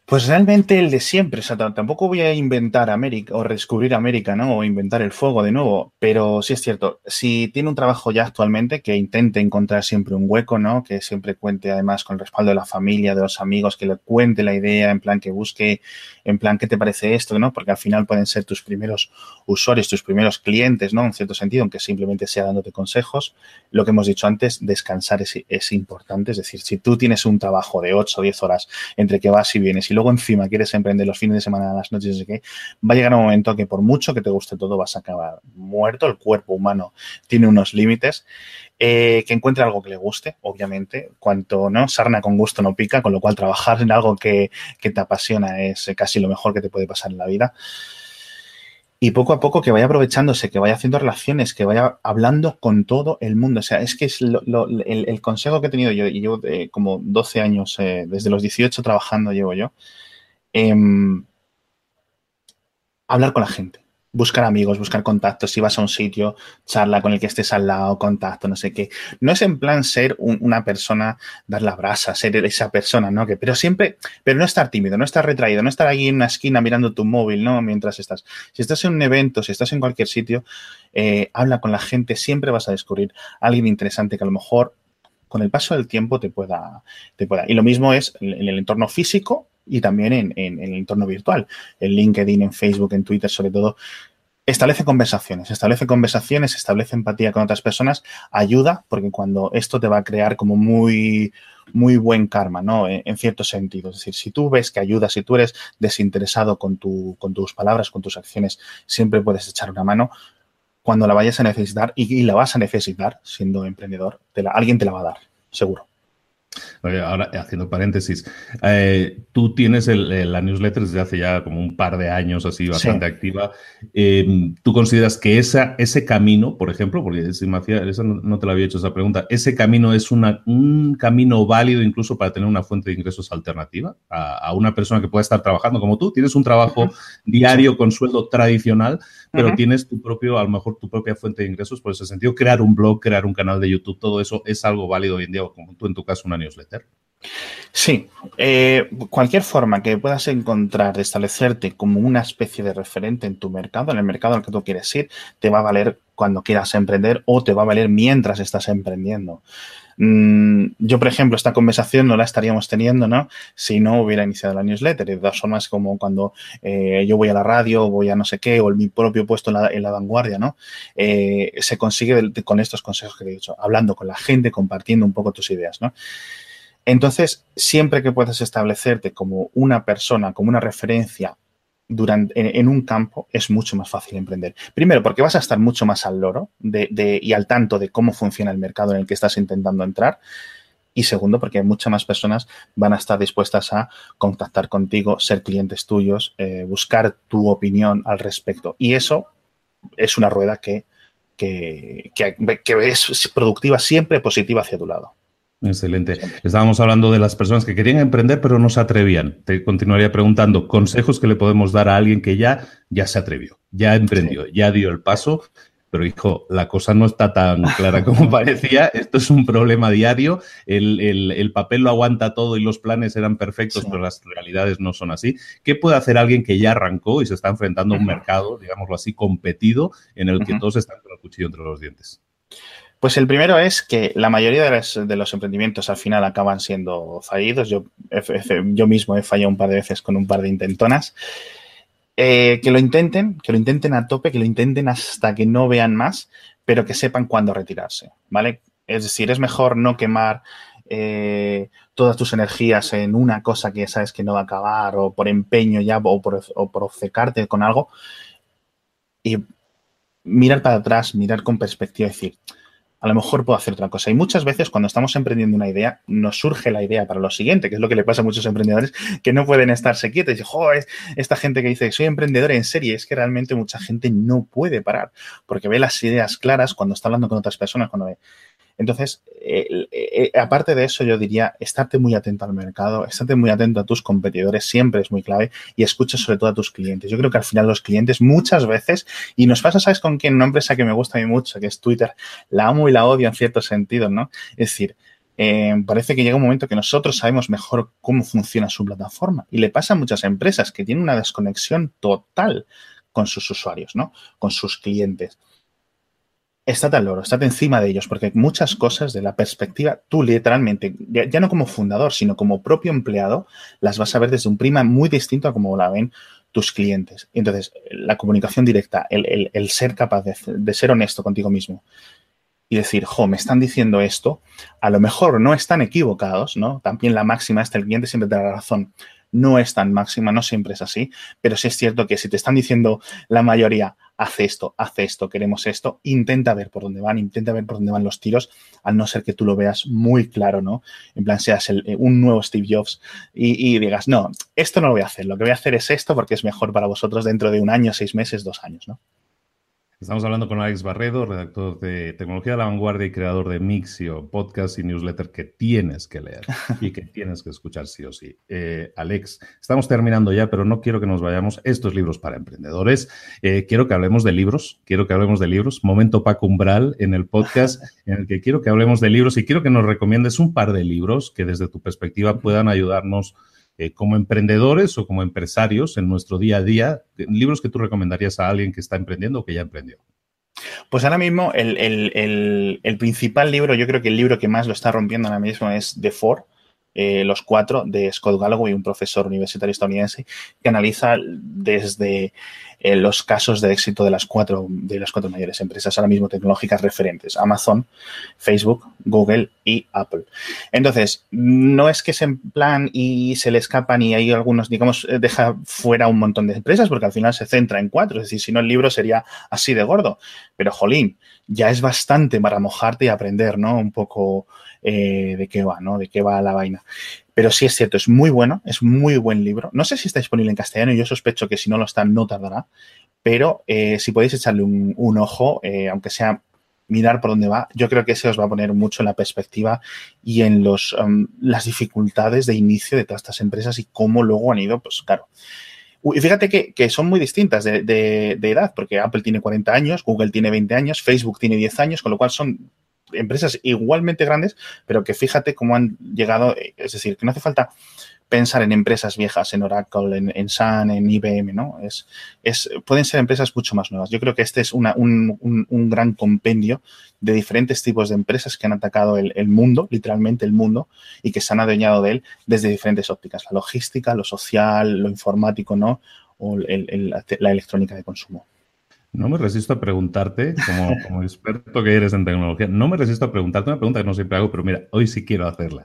Pues realmente el de siempre, o sea, tampoco voy a inventar América o redescubrir América, ¿no? O inventar el fuego de nuevo, pero sí es cierto, si tiene un trabajo ya actualmente, que intente encontrar siempre un hueco, ¿no? Que siempre cuente además con el respaldo de la familia, de los amigos, que le cuente la idea, en plan que busque, en plan, ¿qué te parece esto, no? Porque al final pueden ser tus primeros usuarios, tus primeros clientes, ¿no? En cierto sentido, aunque simplemente sea dándote consejos. Lo que hemos dicho antes, descansar es importante, es decir, si tú tienes un trabajo de 8 o 10 horas entre que vas y vienes y luego encima quieres emprender los fines de semana, las noches, no sé qué, va a llegar un momento que por mucho que te guste todo vas a acabar muerto. El cuerpo humano tiene unos límites. Que encuentre algo que le guste, obviamente. Cuanto no, sarna con gusto no pica, con lo cual trabajar en algo que te apasiona es casi lo mejor que te puede pasar en la vida. Y poco a poco que vaya aprovechándose, que vaya haciendo relaciones, que vaya hablando con todo el mundo. O sea, es que es el consejo que he tenido yo, y llevo como 12 años, desde los 18 trabajando llevo yo, hablar con la gente, buscar amigos, buscar contactos. Si vas a un sitio, charla con el que estés al lado, contacto, no sé qué. No es en plan ser una persona, dar la brasa, ser esa persona, ¿no? Pero siempre, pero no estar tímido, no estar retraído, no estar ahí en una esquina mirando tu móvil, ¿no? Mientras estás. Si estás en un evento, si estás en cualquier sitio, habla con la gente, siempre vas a descubrir a alguien interesante que a lo mejor con el paso del tiempo te pueda. Y lo mismo es en el entorno físico y también en el entorno virtual. En LinkedIn, en Facebook, en Twitter, sobre todo. Establece conversaciones, establece empatía con otras personas, ayuda, porque cuando esto te va a crear como muy, muy buen karma, ¿no? En cierto sentido. Es decir, si tú ves que ayudas, si tú eres desinteresado con tus palabras, con tus acciones, siempre puedes echar una mano. Cuando la vayas a necesitar, y la vas a necesitar siendo emprendedor, alguien te la va a dar, seguro. Ahora, haciendo paréntesis, tú tienes la newsletter desde hace ya como un par de años, así bastante activa. ¿Tú consideras que ese camino, por ejemplo, porque si esa no te lo había hecho esa pregunta, ese camino es un camino válido incluso para tener una fuente de ingresos alternativa a una persona que pueda estar trabajando como tú? Tienes un trabajo diario con sueldo tradicional, pero tienes tu propio, a lo mejor tu propia fuente de ingresos. Por ese sentido, crear un blog, crear un canal de YouTube, todo eso es algo válido hoy en día, como tú en tu caso, una newsletter. Sí, cualquier forma que puedas encontrar de establecerte como una especie de referente en tu mercado, en el mercado al que tú quieres ir, te va a valer cuando quieras emprender o te va a valer mientras estás emprendiendo. Yo, por ejemplo, esta conversación no la estaríamos teniendo, ¿no? Si no hubiera iniciado la newsletter. De todas formas, como cuando yo voy a la radio, voy a no sé qué, o en mi propio puesto en la vanguardia, ¿no? Se consigue con estos consejos que te he dicho, hablando con la gente, compartiendo un poco tus ideas, ¿no? Entonces, siempre que puedas establecerte como una persona, como una referencia en un campo, es mucho más fácil emprender. Primero, porque vas a estar mucho más al loro y al tanto de cómo funciona el mercado en el que estás intentando entrar. Y segundo, porque muchas más personas van a estar dispuestas a contactar contigo, ser clientes tuyos, buscar tu opinión al respecto. Y eso es una rueda que es productiva, siempre positiva hacia tu lado. Excelente. Estábamos hablando de las personas que querían emprender pero no se atrevían. Te continuaría preguntando consejos que le podemos dar a alguien que ya se atrevió, ya emprendió, ya dio el paso, pero hijo, la cosa no está tan clara como parecía. Esto es un problema diario. El papel lo aguanta todo y los planes eran perfectos, pero las realidades no son así. ¿Qué puede hacer alguien que ya arrancó y se está enfrentando a un mercado, digámoslo así, competido, en el que todos están con el cuchillo entre los dientes? Pues el primero es que la mayoría de los emprendimientos al final acaban siendo fallidos. Yo mismo he fallado un par de veces con un par de intentonas. Que lo intenten a tope, que lo intenten hasta que no vean más, pero que sepan cuándo retirarse, ¿vale? Es decir, es mejor no quemar todas tus energías en una cosa que sabes que no va a acabar, o por empeño ya, o por obcecarte con algo, y mirar para atrás, mirar con perspectiva y decir, a lo mejor puedo hacer otra cosa. Y muchas veces cuando estamos emprendiendo una idea, nos surge la idea para lo siguiente, que es lo que le pasa a muchos emprendedores que no pueden estarse quietos. Y dicen, joder, esta gente que dice, soy emprendedor en serie, es que realmente mucha gente no puede parar porque ve las ideas claras cuando está hablando con otras personas, cuando ve. Entonces, aparte de eso, yo diría, estate muy atento al mercado, estate muy atento a tus competidores, siempre es muy clave, y escucha sobre todo a tus clientes. Yo creo que al final los clientes muchas veces, y nos pasa, ¿sabes con quién? Una empresa que me gusta a mí mucho, que es Twitter, la amo y la odio en ciertos sentidos, ¿no? Es decir, parece que llega un momento que nosotros sabemos mejor cómo funciona su plataforma. Y le pasa a muchas empresas que tienen una desconexión total con sus usuarios, ¿no? Con sus clientes. Estate al loro, estate encima de ellos, porque muchas cosas de la perspectiva, tú literalmente, ya no como fundador, sino como propio empleado, las vas a ver desde un prisma muy distinto a como la ven tus clientes. Entonces, la comunicación directa, el ser capaz de ser honesto contigo mismo y decir, me están diciendo esto, a lo mejor no están equivocados, ¿no? También la máxima el cliente siempre te da la razón. No es tan máxima, no siempre es así, pero sí es cierto que si te están diciendo la mayoría, haz esto, queremos esto, intenta ver por dónde van los tiros, al no ser que tú lo veas muy claro, ¿no? En plan, seas un nuevo Steve Jobs y digas, no, esto no lo voy a hacer, lo que voy a hacer es esto porque es mejor para vosotros dentro de 1 año, 6 meses, 2 años, ¿no? Estamos hablando con Alex Barredo, redactor de Tecnología de la Vanguardia y creador de Mixio, podcast y newsletter que tienes que leer y que tienes que escuchar sí o sí. Alex, estamos terminando ya, pero no quiero que nos vayamos. Estos libros para emprendedores. Quiero que hablemos de libros. Momento Paco Umbral en el podcast en el que quiero que hablemos de libros y quiero que nos recomiendes un par de libros que desde tu perspectiva puedan ayudarnos como emprendedores o como empresarios en nuestro día a día, libros que tú recomendarías a alguien que está emprendiendo o que ya emprendió. Pues ahora mismo el principal libro, yo creo que el libro que más lo está rompiendo ahora mismo es The Four, los 4 de Scott Galloway, un profesor universitario estadounidense que analiza desde los casos de éxito de las cuatro mayores empresas ahora mismo tecnológicas referentes: Amazon, Facebook, Google y Apple. Entonces, no es que se en plan y se le escapan y hay algunos, digamos, deja fuera un montón de empresas porque al final se centra en 4. Es decir, si no el libro sería así de gordo. Pero, jolín, ya es bastante para mojarte y aprender, ¿no? Un poco de qué va, ¿no? De qué va la vaina. Pero sí es cierto, es muy bueno, es muy buen libro. No sé si está disponible en castellano y yo sospecho que si no lo está, no tardará. Pero si podéis echarle un ojo, aunque sea mirar por dónde va, yo creo que ese os va a poner mucho en la perspectiva y en las dificultades de inicio de todas estas empresas y cómo luego han ido, pues claro. Y fíjate que son muy distintas de edad, porque Apple tiene 40 años, Google tiene 20 años, Facebook tiene 10 años, con lo cual son empresas igualmente grandes, pero que fíjate cómo han llegado, es decir, que no hace falta pensar en empresas viejas, en Oracle, en Sun, en IBM, ¿no? Pueden ser empresas mucho más nuevas. Yo creo que este es un gran compendio de diferentes tipos de empresas que han atacado el mundo, literalmente el mundo, y que se han adueñado de él desde diferentes ópticas: la logística, lo social, lo informático, ¿no? O la electrónica de consumo. No me resisto a preguntarte, como experto que eres en tecnología, no me resisto a preguntarte una pregunta que no siempre hago, pero mira, hoy sí quiero hacerla.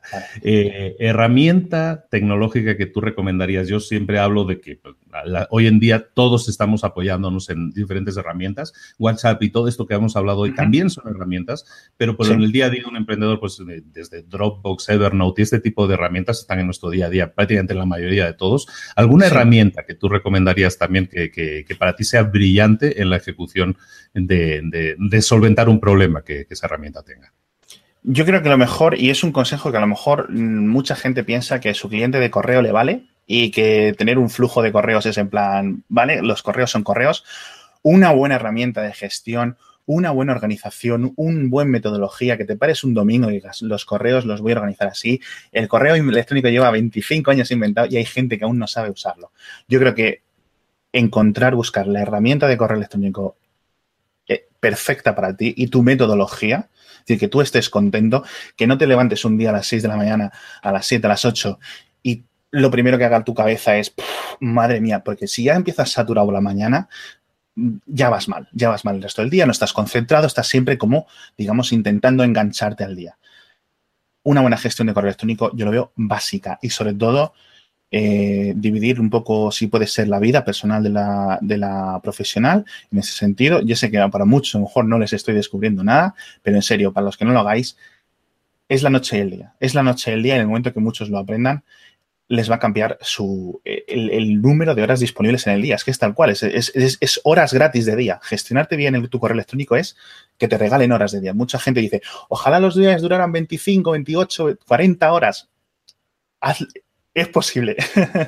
Herramienta tecnológica que tú recomendarías. Yo siempre hablo de que hoy en día todos estamos apoyándonos en diferentes herramientas. WhatsApp y todo esto que hemos hablado hoy también son herramientas, pero en el día a día de un emprendedor, pues desde Dropbox, Evernote y este tipo de herramientas están en nuestro día a día, prácticamente la mayoría de todos. ¿Alguna herramienta que tú recomendarías también que para ti sea brillante en la ejecución de solventar un problema que esa herramienta tenga? Yo creo que lo mejor, y es un consejo que a lo mejor mucha gente piensa que su cliente de correo le vale y que tener un flujo de correos es en plan, vale, los correos son correos. Una buena herramienta de gestión, una buena organización, una buena metodología, que te pares un domingo y digas, los correos los voy a organizar así. El correo electrónico lleva 25 años inventado y hay gente que aún no sabe usarlo. Yo creo que buscar la herramienta de correo electrónico perfecta para ti y tu metodología, es decir, que tú estés contento, que no te levantes un día a las 6 de la mañana, a las 7, a las 8 y lo primero que haga tu cabeza es, madre mía, porque si ya empiezas saturado la mañana, ya vas mal el resto del día, no estás concentrado, estás siempre como, digamos, intentando engancharte al día. Una buena gestión de correo electrónico yo lo veo básica y sobre todo dividir un poco, si puede ser, la vida personal de la profesional en ese sentido. Yo sé que para muchos a lo mejor no les estoy descubriendo nada, pero en serio, para los que no lo hagáis, es la noche y el día. Es la noche y el día, y en el momento que muchos lo aprendan, les va a cambiar el número de horas disponibles en el día. Es que es tal cual, es horas gratis de día. Gestionarte bien tu correo electrónico es que te regalen horas de día. Mucha gente dice, ojalá los días duraran 25, 28, 40 horas. Es posible.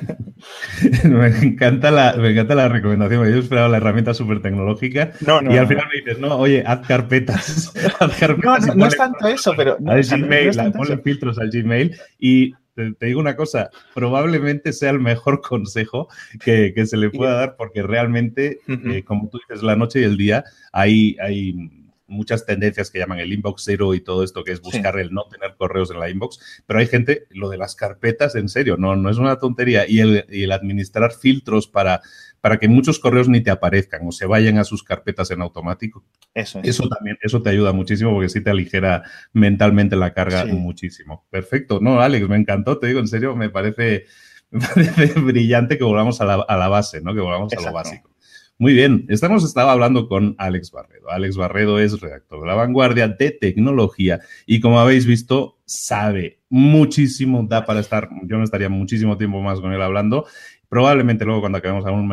Me encanta la recomendación. Yo esperaba la herramienta súper tecnológica y al final me dices, no, oye, haz carpetas. No es tanto eso, pero... al Gmail, ponle filtros al Gmail y te digo una cosa, probablemente sea el mejor consejo que se le pueda dar porque realmente, como tú dices, la noche y el día hay muchas tendencias que llaman el inbox zero y todo esto, que es buscar el no tener correos en la inbox, pero hay gente, lo de las carpetas, en serio, no es una tontería, y el administrar filtros para que muchos correos ni te aparezcan o se vayan a sus carpetas en automático. Eso te ayuda muchísimo porque sí te aligera mentalmente la carga muchísimo. Perfecto. No, Alex, me encantó, te digo, en serio, me parece brillante que volvamos a la base, ¿no? Que volvamos a lo básico. Muy bien, estaba hablando con Alex Barredo. Alex Barredo es redactor de La Vanguardia de Tecnología y como habéis visto, sabe muchísimo, da para estar, yo no estaría muchísimo tiempo más con él hablando. Probablemente luego cuando acabemos aún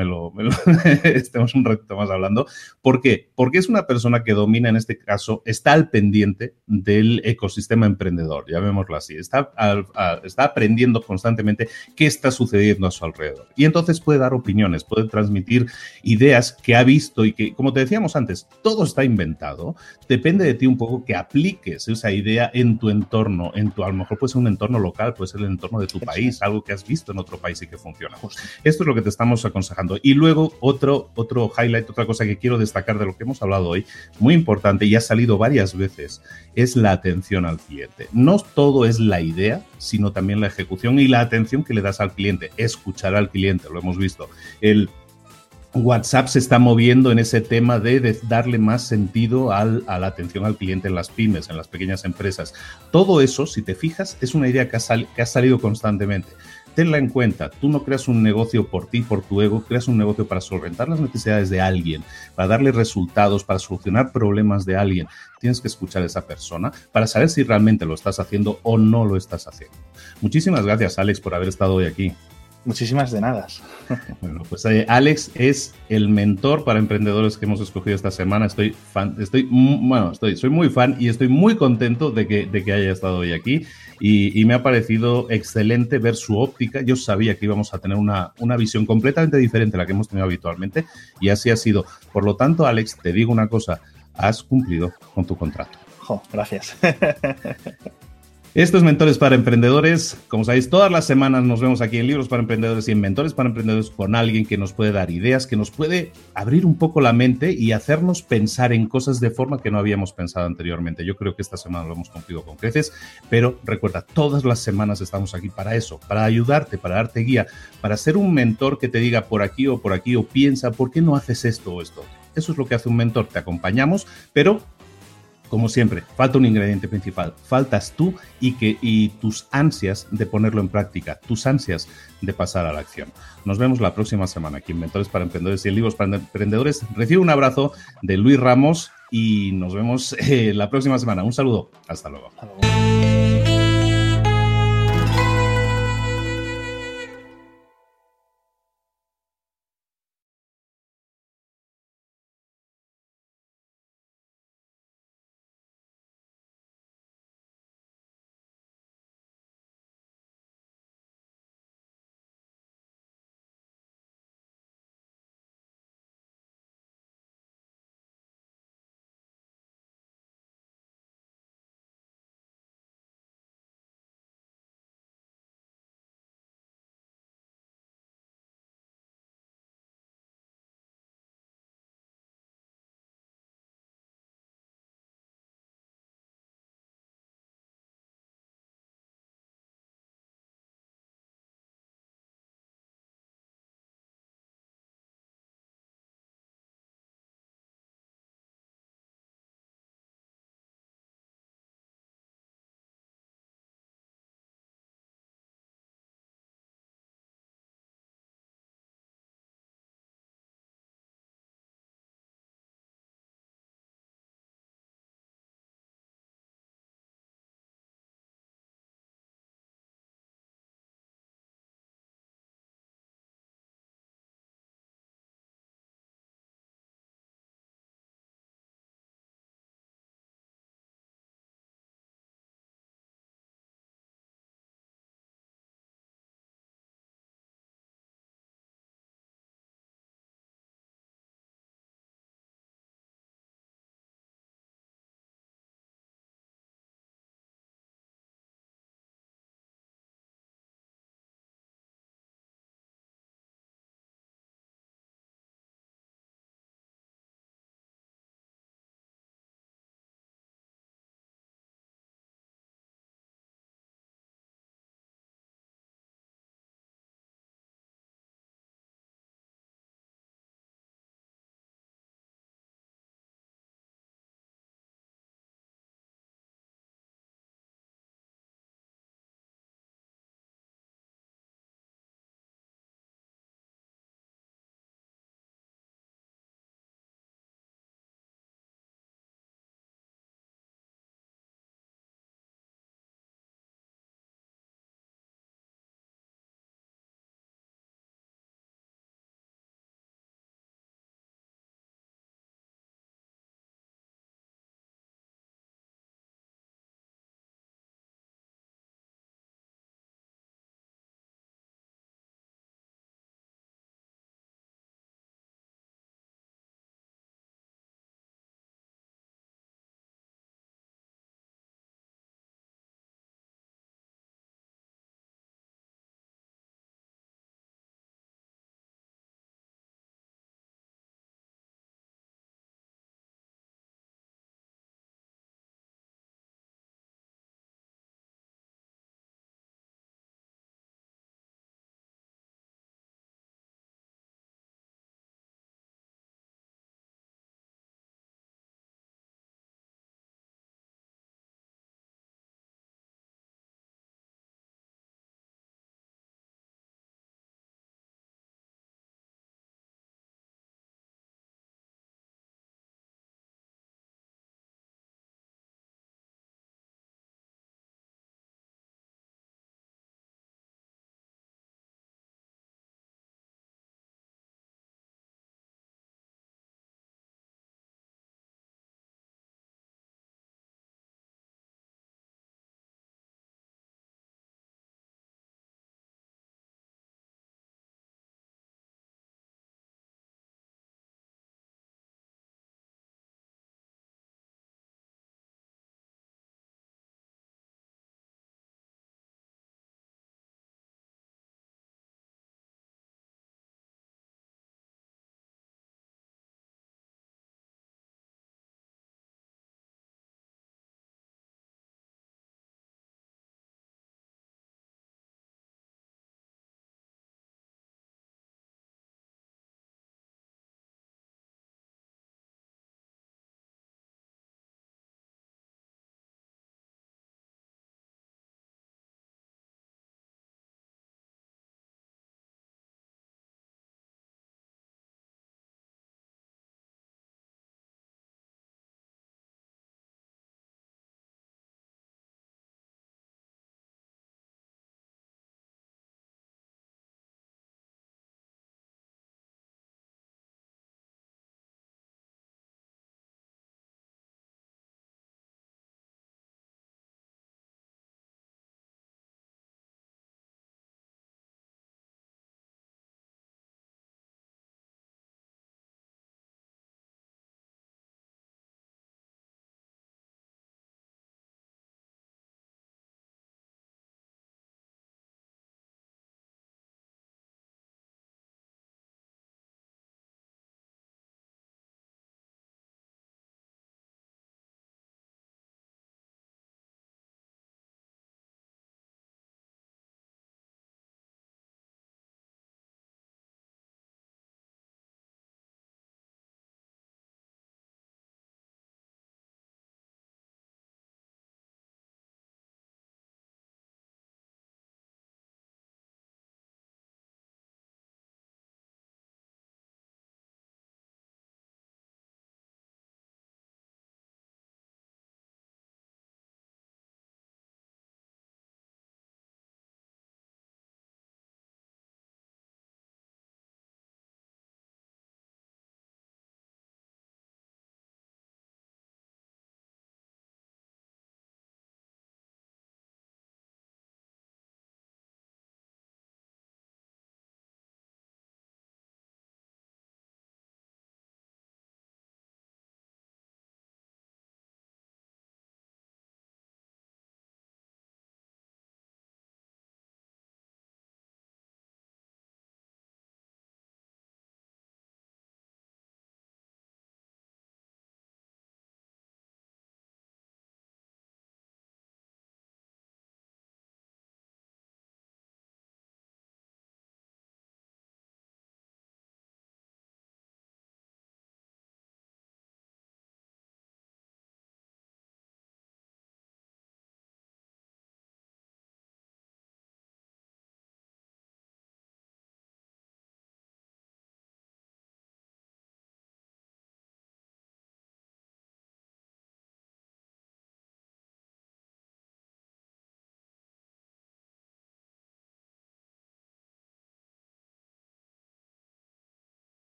estemos un ratito más hablando. ¿Por qué? Porque es una persona que domina, en este caso, está al pendiente del ecosistema emprendedor, llamémoslo así. Está aprendiendo constantemente qué está sucediendo a su alrededor. Y entonces puede dar opiniones, puede transmitir ideas que ha visto y que, como te decíamos antes, todo está inventado. Depende de ti un poco que apliques esa idea en tu entorno, a lo mejor puede ser un entorno local, puede ser el entorno de tu país, algo que has visto en otro país y que funciona. Esto es lo que te estamos aconsejando. Y luego otro highlight, otra cosa que quiero destacar de lo que hemos hablado hoy, muy importante y ha salido varias veces, es la atención al cliente. No todo es la idea, sino también la ejecución y la atención que le das al cliente. Escuchar al cliente, lo hemos visto. El WhatsApp se está moviendo en ese tema de darle más sentido a la atención al cliente en las pymes, en las pequeñas empresas. Todo eso, si te fijas, es una idea que ha salido constantemente. Tenla en cuenta, tú no creas un negocio por ti, por tu ego, creas un negocio para solventar las necesidades de alguien, para darle resultados, para solucionar problemas de alguien. Tienes que escuchar a esa persona para saber si realmente lo estás haciendo o no lo estás haciendo. Muchísimas gracias, Alex, por haber estado hoy aquí. Muchísimas de nada. Bueno, pues Alex es el mentor para emprendedores que hemos escogido esta semana. Soy muy fan y estoy muy contento de que haya estado hoy aquí y me ha parecido excelente ver su óptica. Yo sabía que íbamos a tener una visión completamente diferente a la que hemos tenido habitualmente y así ha sido. Por lo tanto, Alex, te digo una cosa, has cumplido con tu contrato. Gracias. Esto es Mentores para Emprendedores. Como sabéis, todas las semanas nos vemos aquí en Libros para Emprendedores y en Mentores para Emprendedores con alguien que nos puede dar ideas, que nos puede abrir un poco la mente y hacernos pensar en cosas de forma que no habíamos pensado anteriormente. Yo creo que esta semana lo hemos cumplido con creces, pero recuerda, todas las semanas estamos aquí para eso, para ayudarte, para darte guía, para ser un mentor que te diga por aquí, o piensa, ¿por qué no haces esto o esto? Eso es lo que hace un mentor, te acompañamos, pero como siempre, falta un ingrediente principal. Faltas tú y tus ansias de ponerlo en práctica, tus ansias de pasar a la acción. Nos vemos la próxima semana aquí en Mentores para Emprendedores y en Libros para Emprendedores. Recibe un abrazo de Luis Ramos y nos vemos la próxima semana. Un saludo. Hasta luego.